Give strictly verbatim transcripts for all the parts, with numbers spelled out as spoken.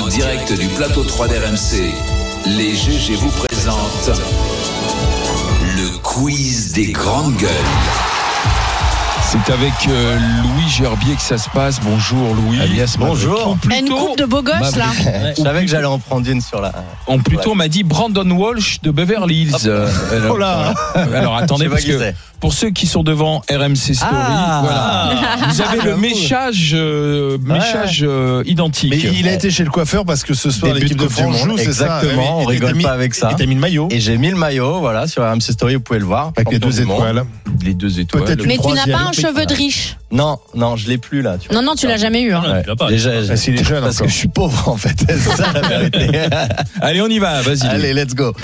En direct du plateau trois d'R M C, les G G vous présentent le quiz des grandes gueules. C'est avec euh, Louis Gerbier que ça se passe. Bonjour Louis. Alias, bonjour. Plutôt, une coupe de beau gosse là. Ouais, je savais que j'allais en prendre une sur la. On plutôt ouais. m'a dit Brandon Walsh de Beverly Hills. Euh, alors, oh là. alors attendez parce que c'est. pour ceux qui sont devant R M C Story, ah. voilà, vous avez le méchage, euh, méchage euh, identique. Mais il a été chez le coiffeur parce que ce soir Début l'équipe de France joue, c'est ça. Exactement. On rigole pas avec ça. Et t'as mis le maillot. Et j'ai mis le maillot, voilà, sur R M C Story, vous pouvez le voir. Avec les deux étoiles. Les deux étoiles. Peut-être mais tu n'as pas un cheveu de riche. Non, non, je l'ai plus là. Tu non, non, tu l'as jamais eu. Hein. Ouais. Tu l'as pas. Déjà, j'ai... Parce qu'il est jeune parce encore. que je suis pauvre en fait. C'est ça la vérité. Allez, on y va. Vas-y. Allez, let's go.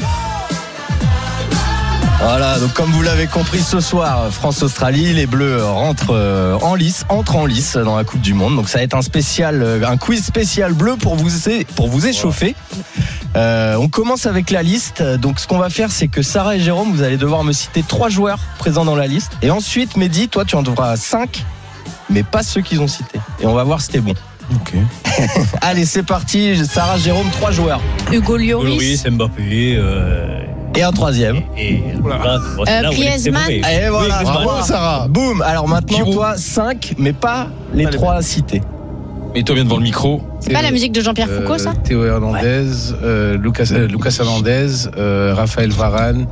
Voilà, donc comme vous l'avez compris ce soir, France-Australie, les Bleus rentrent en lice, entrent en lice dans la Coupe du Monde. Donc ça va être un spécial, un quiz spécial bleu pour vous, pour vous échauffer. Euh, on commence avec la liste. Donc ce qu'on va faire, c'est que Sarah et Jérôme, vous allez devoir me citer trois joueurs présents dans la liste. Et ensuite, Mehdi, toi, tu en devras cinq, mais pas ceux qu'ils ont cités. Et on va voir si t'es bon. Ok. Allez, c'est parti. Sarah, Jérôme, trois joueurs. Hugo Lloris. Lloris, Mbappé. Euh... Et un troisième. Et, et voilà. euh, Griezmann. Et voilà, oui, bravo Sarah. Boum. Alors maintenant, Giroud. toi, cinq, mais pas les Allez, trois cités. Mets-toi bien devant le micro. C'est pas la musique de Jean-Pierre Foucault, ça? euh, Théo Hernandez, ouais. euh, Lucas, euh, Lucas Hernandez, euh, Raphaël Varane,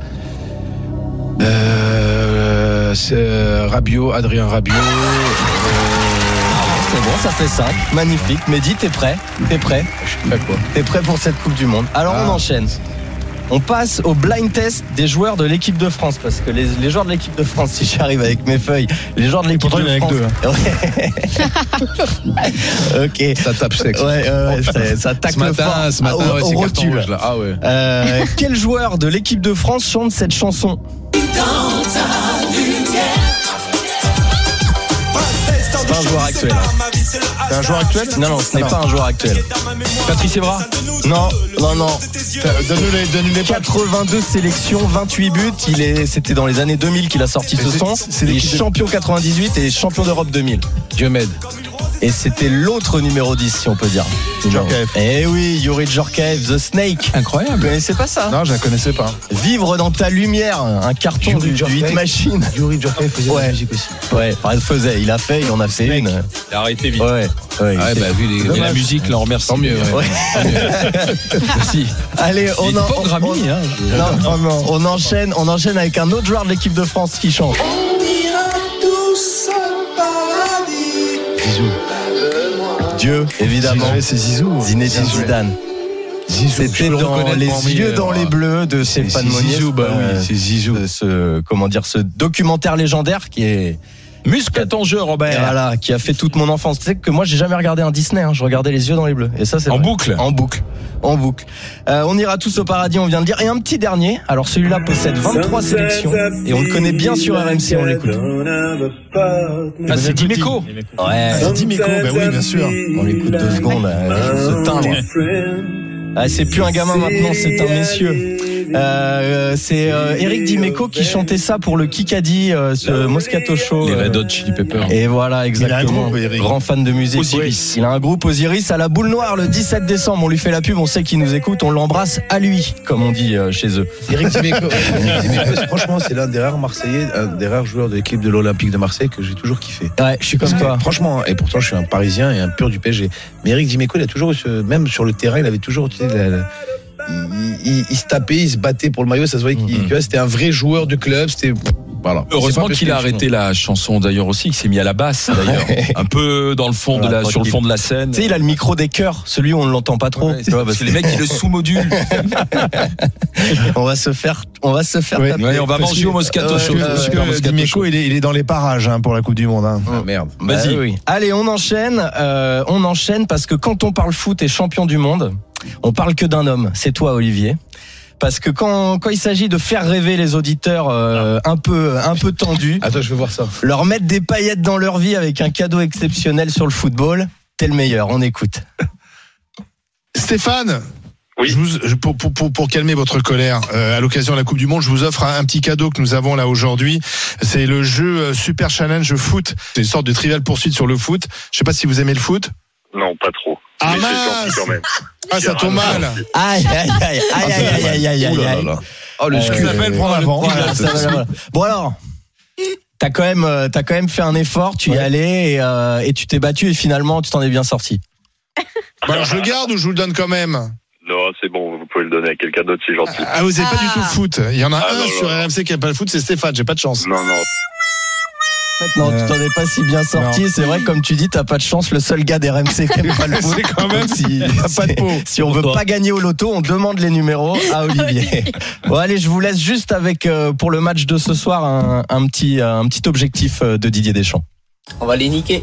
euh, euh, Rabiot, Adrien Rabiot. Euh, C'est bon, ça fait cinq. Magnifique. Mehdi, t'es prêt? T'es prêt? Je suis prêt quoi? T'es prêt pour cette Coupe du Monde? Alors ah. on enchaîne. On passe au blind test des joueurs de l'équipe de France parce que les, les joueurs de l'équipe de France, si j'arrive avec mes feuilles, les joueurs de l'équipe de France. Deux, hein. Ok. Ça tape sec. Ouais, euh, ça, ça tacle ce matin, fort. Ce matin, au, ouais, au c'est rotule. rouge, là. Ah ouais. Euh, quel joueur de l'équipe de France chante cette chanson? C'est pas un joueur actuel. C'est un joueur actuel? Non, non, ce n'est non. pas un joueur actuel. Patrice Evra? Non, non, non. Donne-nous les, donne-nous les quatre-vingt-deux sélections, vingt-huit buts. Il est, c'était dans les années deux mille qu'il a sorti ce son. C'est les champions quatre-vingt-dix-huit et champion d'Europe deux mille. Dieu m'aide. Et c'était l'autre numéro dix, si on peut dire. Djorkaeff. Eh oui, Youri Djorkaeff, The Snake. Incroyable. Vous connaissez pas ça? Non, je la connaissais pas. Vivre dans ta lumière, un carton Youri du, du Hit Machine. Youri Djorkaeff faisait ouais. de la musique aussi. Ouais, enfin, il faisait, il a fait, il en a fait Snake. Une. Il a arrêté vite. Ouais, ouais. Ouais, bah, vu les... Et la musique, là, on remercie. Tant mieux. Ouais. Ouais. Merci. Allez, on, en, on, Grammy, on, hein, je... non, non, non. on enchaîne, on enchaîne avec un autre joueur de l'équipe de France qui chante. On ira tous au paradis. Zizou. Dieu, évidemment. Zizou, c'est Zizou. Zinedine Zidane. Zizou. C'était dans les yeux dans les bleus de Stéphane Monnier. Zizou, bah oui, c'est Zizou. Ce, comment dire, ce documentaire légendaire qui est Muscle à ton jeu, Robert. Voilà, qui a fait toute mon enfance. Tu sais que moi, j'ai jamais regardé un Disney. Hein. Je regardais les yeux dans les bleus. Et ça, c'est en vrai. boucle. En boucle. En boucle. Euh, on ira tous au paradis. On vient de dire. Et un petit dernier. Alors celui-là possède vingt-trois sélections et on le connaît bien sur R M C. On l'écoute. Ah, c'est Dimeco. Ouais. C'est Dimeco. Ben oui, bien sûr. On l'écoute deux secondes. Euh, ce timbre. Ah, c'est plus un gamin maintenant, c'est un messieurs. Euh, c'est euh, Eric Dimeco qui chantait ça pour le Kikadi, euh, ce Moscato Show. Les Red Hot Chili Peppers. Et voilà, exactement. Il a un groupe, grand fan de musique. Osiris. Il a un groupe Osiris à la Boule Noire le dix-sept décembre. On lui fait la pub, on sait qu'il nous écoute, on l'embrasse à lui, comme on dit euh, chez eux. Eric Dimeco, Dimeco, franchement, c'est l'un des rares Marseillais, un des rares joueurs de l'équipe de l'Olympique de Marseille que j'ai toujours kiffé. Ouais, je suis comme toi. Franchement, et pourtant je suis un Parisien et un pur du P S G. Mais Eric Dimeco, il a toujours, même sur le terrain, il avait toujours, tu sais, la, la, il, il, il se tapait, il se battait pour le maillot, ça se voyait qu'il, mm-hmm. tu vois, c'était un vrai joueur du club, c'était, voilà. Heureusement qu'il a arrêté la chanson d'ailleurs aussi, il s'est mis à la basse d'ailleurs, un peu dans le fond de la, sur le fond de la scène. Tu sais, il a le micro des chœurs, celui où on ne l'entend pas trop. Ouais, parce que les mecs ils le sous-modulent. on va se faire, on va se faire. Ouais, taper. Ouais, on va manger au Moscato Show. Parce que Dimeco, il est, il est dans les parages hein, pour la Coupe du Monde. Hein. Oh, merde. Vas-y. Bah, oui. Allez, on enchaîne. Euh, on enchaîne parce que quand on parle foot et champion du monde, on parle que d'un homme. C'est toi, Olivier. Parce que quand, quand il s'agit de faire rêver les auditeurs euh, un peu, un peu tendus, attends, je veux voir ça. Leur mettre des paillettes dans leur vie avec un cadeau exceptionnel sur le football, t'es le meilleur. On écoute. Stéphane. Oui. Je vous, pour, pour, pour, pour calmer votre colère, euh, à l'occasion de la Coupe du Monde, je vous offre un, un petit cadeau que nous avons là aujourd'hui. C'est le jeu Super Challenge Foot. C'est une sorte de trivial poursuite sur le foot. Je sais pas si vous aimez le foot. Non, pas trop. Ah mais c'est gentil mince. quand même. Ah, ça tombe mal. Aïe, aïe, aïe, aïe, aïe, aïe, aïe, aïe, Ouh là aïe. là là. Oh, le Euh, scud. Ça s'appelle prendre avant. Voilà, ça va, voilà. Bon alors, t'as quand même, euh, t'as quand même fait un effort, tu y Ouais. allais et, euh, et tu t'es battu et finalement tu t'en es bien sorti. Bon, alors, je le garde ou je vous le donne quand même? Non, c'est bon, vous pouvez le donner à quelqu'un d'autre, c'est gentil. Ah, vous n'avez pas Ah. du tout le foot. Il y en a Ah, un non, sur non. R M C qui n'a pas le foot, c'est Stéphane, j'ai pas de chance. Non, non. En fait, non, Euh, tu t'en es pas si bien sorti. C'est vrai que comme tu dis, t'as pas de chance. Le seul gars d'R M C qui aime pas le foot. C'est quand même, Donc, si, t'as pas de peau. si on veut Toi. pas gagner au loto, on demande les numéros à Olivier. Bon allez, je vous laisse juste avec euh, pour le match de ce soir un, un petit un petit objectif euh, de Didier Deschamps. On va les niquer.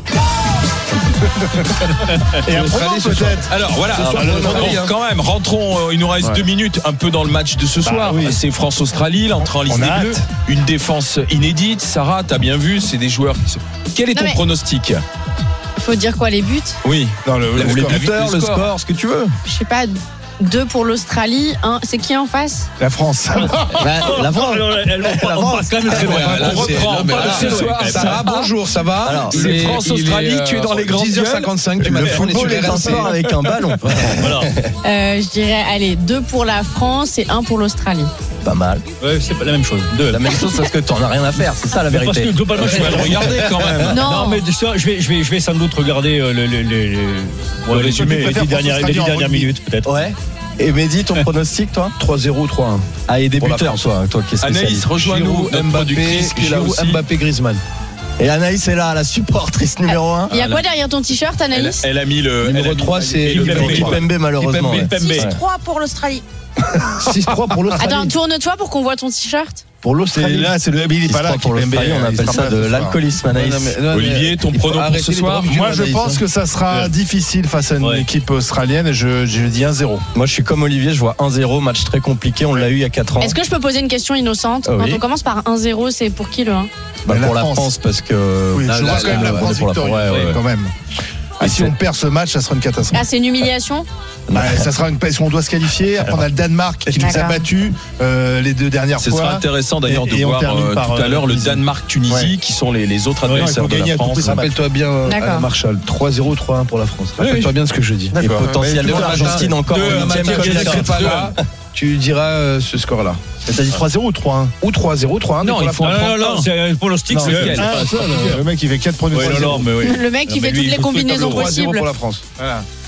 Et un prono Australie, ce soir. peut-être. Alors voilà, soir, bon, le Australie, hein. quand même, rentrons, euh, il nous reste Ouais. deux minutes un peu dans le match de ce soir. oui. C'est France-Australie, l'entrée en liste On des a Bleus, hâte. une défense inédite. Sarah, t'as bien vu, c'est des joueurs qui se... Quel est Non, ton mais- pronostic? Faut dire quoi, les buts? Oui, Non, le, La- le les score. buts. Buteur, le le score. score, ce que tu veux. Je sais pas, deux pour l'Australie, un. C'est qui en face? La France. Bah, la France. Alors, elle- on part- on part quand même très loin. Voilà, on c'est- reprend. non, On mais parle là, de ce c'est- soir. Eh, Ça Sarah, va bonjour, ça va? Alors, Il c'est est- France-Australie, il est, tu es dans les grandes dix heures cinquante-cinq du Le matin, on est sur football est R un M C. sport avec un ballon. Voilà. Euh, je dirais, allez, deux pour la France et un pour l'Australie. Pas mal. Ouais, c'est pas la même chose. Deux. La même chose parce que t'en as rien à faire, c'est ça la Mais parce vérité. que globalement, Tu vas le regarder quand même. Non. Non, mais ça, je vais, je vais, je vais sans doute regarder euh, le, le, le, le- ouais, les, tu les, préfères dix dernières, les France-Australie dix en dernières rugby. minutes, peut-être. Ouais. Et Mehdi, ton pronostic, toi? trois zéro, trois un. Ah, et des Pour la buteurs, France. toi, toi qui es spécialiste. Anaïs, rejoins-nous, Giroud, notre Mbappé, productrice qui est là Giroud, aussi. Mbappé, Griezmann. Et Anaïs est là, la supportrice numéro un. Il y a quoi derrière ton t-shirt, Elle, Anaïs? elle a mis le. Numéro elle a mis- trois, c'est le Kimpembe. Kimpembe. Kimpembe, malheureusement. Kimpembe, ouais. Kimpembe. Ouais. trois pour l'Australie. six trois pour l'Australie. Attends, tourne-toi pour qu'on voit ton t-shirt. Pour C'est l'Australie. là, c'est le il est Il pas se là. prend pour Kimpembe, l'Australie, on il appelle sera ça pas de là ce soir. l'alcoolisme, Anaïs. Non, mais- non, mais- Olivier, ton il faut prono pour arrêter ce les soir? bravures, Moi, je Anaïs, pense hein. que ça sera Ouais. difficile face à une Ouais. équipe australienne. Je, je dis un zéro. Moi, je suis comme Olivier, je vois un zéro, match très compliqué, on l'a eu il y a quatre ans. Est-ce que je peux poser une question innocente? Ah oui. Quand on commence par un zéro, c'est pour qui le un? Bah, Mais la pour la France. France, parce que. Oui, Là, je là, vois quand même là, la ouais, France pour la- victorieuse, ouais, ouais. quand même. Ah, Et si c'est- on perd ce match, ça sera une catastrophe. Ah, c'est une humiliation? Bah, ça sera une parce qu'on doit se qualifier. Après, on a le Danemark qui nous a D'accord. battus euh, les deux dernières Ce fois. sera intéressant d'ailleurs Et- de et on voir termine euh, par, tout à euh, l'heure le Tunisie. Danemark-Tunisie Ouais. qui sont les, les autres Ouais, adversaires il faut de gagner la à tout France. prix. Rappelle-toi bien, euh, D'accord. Marshall. trois zéro, trois un pour la France. Rappelle-toi bien ce que je dis. Et D'accord. potentiellement Mais tu vois, l'Argentine encore deux, au un huitième match comme qui la est Crète. pas là. Tu diras euh, ce score-là. T'as dit trois zéro ou trois un? Ou trois zéro, trois un. Non, pour il la faut France. Non, non, non, c'est pour le stick, Non, c'est lequel lequel Un seul, le mec il fait quatre premiers Ouais, non, non, mais oui. Le mec qui Non, mais fait lui, toutes les il faut combinaisons tout le tableau. trois zéro possibles. pour la France. Voilà.